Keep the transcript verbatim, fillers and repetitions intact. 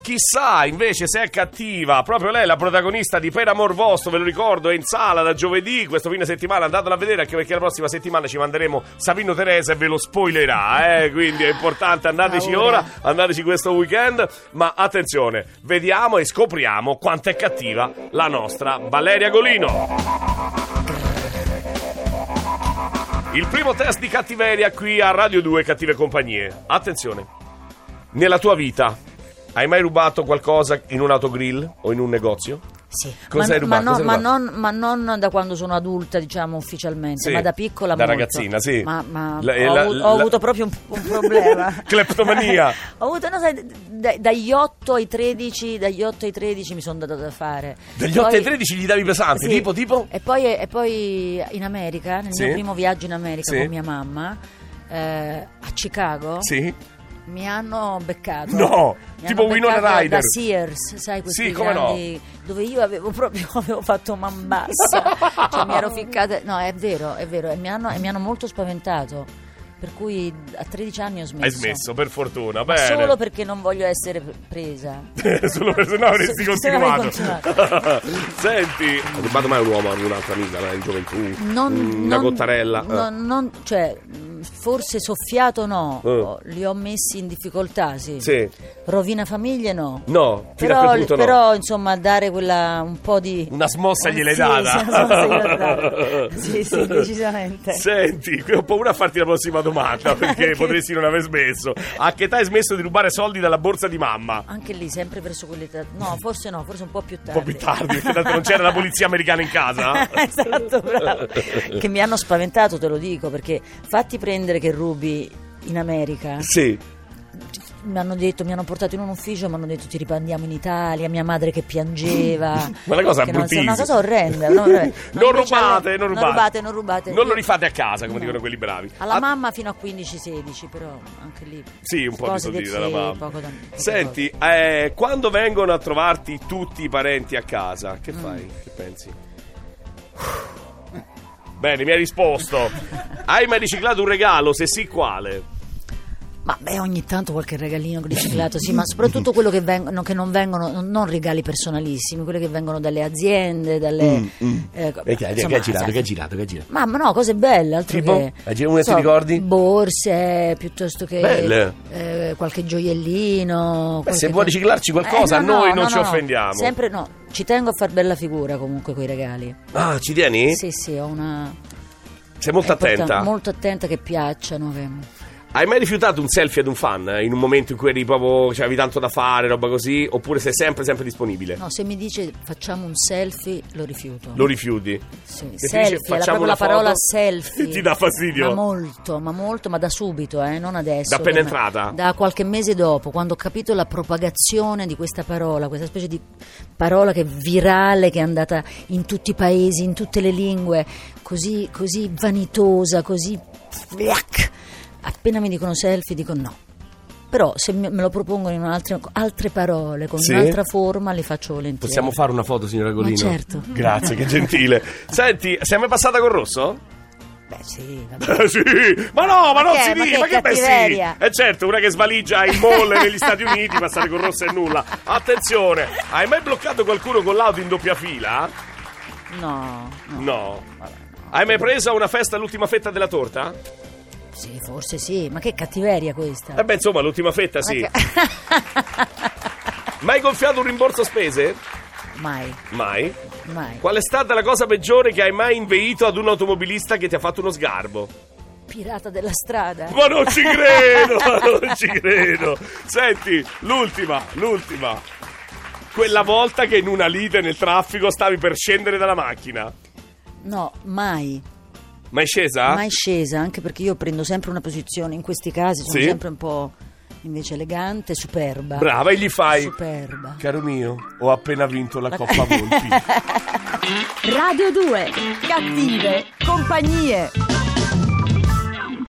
Chissà invece se è cattiva. Proprio lei, la protagonista di Per amor vostro, ve lo ricordo, è in sala da giovedì. Questo fine settimana andatela a vedere, anche perché la prossima settimana ci manderemo Savino Teresa e ve lo spoilerà, eh? Quindi è importante, andateci ora, andateci questo weekend. Ma attenzione, vediamo e scopriamo quanto è cattiva la nostra Valeria Golino. Il primo test di cattiveria qui a Radio due Cattive Compagnie. Attenzione, nella tua vita hai mai rubato qualcosa in un autogrill o in un negozio? Sì, Cosa ma, hai rubato? ma, no, Cosa hai ma, rubato? non, ma non da quando sono adulta, diciamo ufficialmente, Sì, ma da piccola da molto. ragazzina, sì. Ma, ma La- ho, la- avu- la- ho avuto proprio un, un problema. Cleptomania. Ho avuto, no, sai, da- dagli otto ai tredici, dagli otto ai tredici mi sono data da fare. Dagli Poi- otto ai tredici gli davi pesanti, sì. tipo, tipo? E poi, e poi in America, nel Sì. mio primo viaggio in America Sì. con mia mamma, eh, a Chicago, Sì. mi hanno beccato. No, Mi tipo hanno Winona beccato Ryder. da Sears, sai, questi Sì, come no. grandi, dove io avevo proprio avevo fatto man bassa, cioè mi ero ficcata. No, è vero, è vero, e mi hanno, e mi hanno molto spaventato. Per cui a tredici anni ho smesso. Hai smesso, per fortuna, Ma bene. solo perché non voglio essere presa. Solo per se no avresti Se- se no avrei continuato. continuato. Senti, hai rubato mai un uomo ad un'altra amica eh, in gioventù? Non, Mm, Una non- gottarella? Eh. non- non- cioè, mh, forse soffiato no, Eh. oh, li ho messi in difficoltà, sì. Sì. Rovina famiglie no. No, fino a Però, quel punto no. però insomma, dare quella un po' di. Una smossa Eh, gliel'hai sì, data. sì, una smossa gliel'ho data. Sì, sì, decisamente. Senti, qui ho paura a farti la prossima domanda perché potresti non aver smesso. A che età hai smesso di rubare soldi dalla borsa di mamma? Anche lì, sempre verso quell'età. No, forse no, forse un po' più tardi. Un po' più tardi, perché tanto non c'era la polizia americana in casa. Esatto, bravo. Che mi hanno spaventato, te lo dico, perché fatti prendere che rubi in America. Sì. Mi hanno detto, mi hanno portato in un ufficio, mi hanno detto ti ripandiamo in Italia, mia madre che piangeva. Ma una cosa Che non- bruttissima. Una cosa orrenda. No, vabbè. Non invece rubate, alle- non rubate. Non rubate, non rubate. Non lo Io- rifate a casa, come No. dicono quelli bravi. Alla A- mamma fino a quindici sedici, però anche lì. Sì, un po' di cose soldini del- dalla sì, mamma. poco da- poche Senti, eh, quando vengono a trovarti tutti i parenti a casa, che fai? Che pensi? Bene, mi hai risposto. Hai mai riciclato un regalo? Se sì, quale? Ma beh, ogni tanto qualche regalino riciclato, sì, ma soprattutto quello che vengono, che non vengono, non- non regali personalissimi, quelli che vengono dalle aziende, dalle. eh, E che, insomma, che hai girato, sai- che hai girato, che hai girato? Ma, ma no, cose belle, altro Tipo? che. Hai girato una, non ti ricordi? Borse, piuttosto che. Belle. eh, qualche gioiellino. Beh, qualche se vuoi co- riciclarci qualcosa, Eh, a no, noi no, non no, ci no, offendiamo. Sempre no, ci tengo a far bella figura comunque coi regali. Ah, ci tieni? Sì, sì, ho una. Sei molto è importante, attenta? Molto attenta che piacciono. Che... Hai mai rifiutato un selfie ad un fan eh, in un momento in cui eri proprio, cioè, avevi tanto da fare, roba così? Oppure sei sempre, sempre disponibile? No, se mi dice facciamo un selfie, lo rifiuto. Lo rifiuti? Sì, Se ti selfie, dice, è la- facciamo proprio la una parola foto, selfie. ti dà fastidio? Ma molto, ma molto, ma da subito, eh, non adesso. Da appena che- entrata? Da qualche mese dopo, quando ho capito la propagazione di questa parola, questa specie di parola che è virale, che è andata in tutti i paesi, in tutte le lingue, così, così vanitosa, così... Appena mi dicono selfie dico no. Però se me me lo propongono in altre, altre parole, con Sì? un'altra forma, li faccio volentieri. Possiamo fare una foto, signora Golino? Ma certo. Grazie, che gentile. Senti, sei mai passata col rosso? Beh sì, vabbè. Eh, sì, ma no, ma, Ma non che- si ma dice, che ma che beh sì. cattiveria. E certo, una che svaligia in mall negli Stati Uniti, passare col rosso è nulla. Attenzione, hai mai bloccato qualcuno con l'auto in doppia fila? No, no. No. Hai mai preso a una festa l'ultima fetta della torta? Sì, forse sì, ma che cattiveria questa. Eh beh, insomma, l'ultima fetta sì. Ma che- Mai gonfiato un rimborso spese? Mai, Mai. mai. Qual è stata la cosa peggiore che hai mai inveito ad un automobilista che ti ha fatto uno sgarbo? Pirata della strada. Ma non ci credo, ma non ci credo. Senti, l'ultima, l'ultima. Quella volta che in una lite nel traffico stavi per scendere dalla macchina. No, mai. Mai scesa? Mai scesa, anche perché io prendo sempre una posizione, in questi casi sono Sì? sempre un po' invece elegante, superba. Brava, e gli fai: Superba. caro mio, ho appena vinto la Coppa Volpi. Radio due Cattive Compagnie.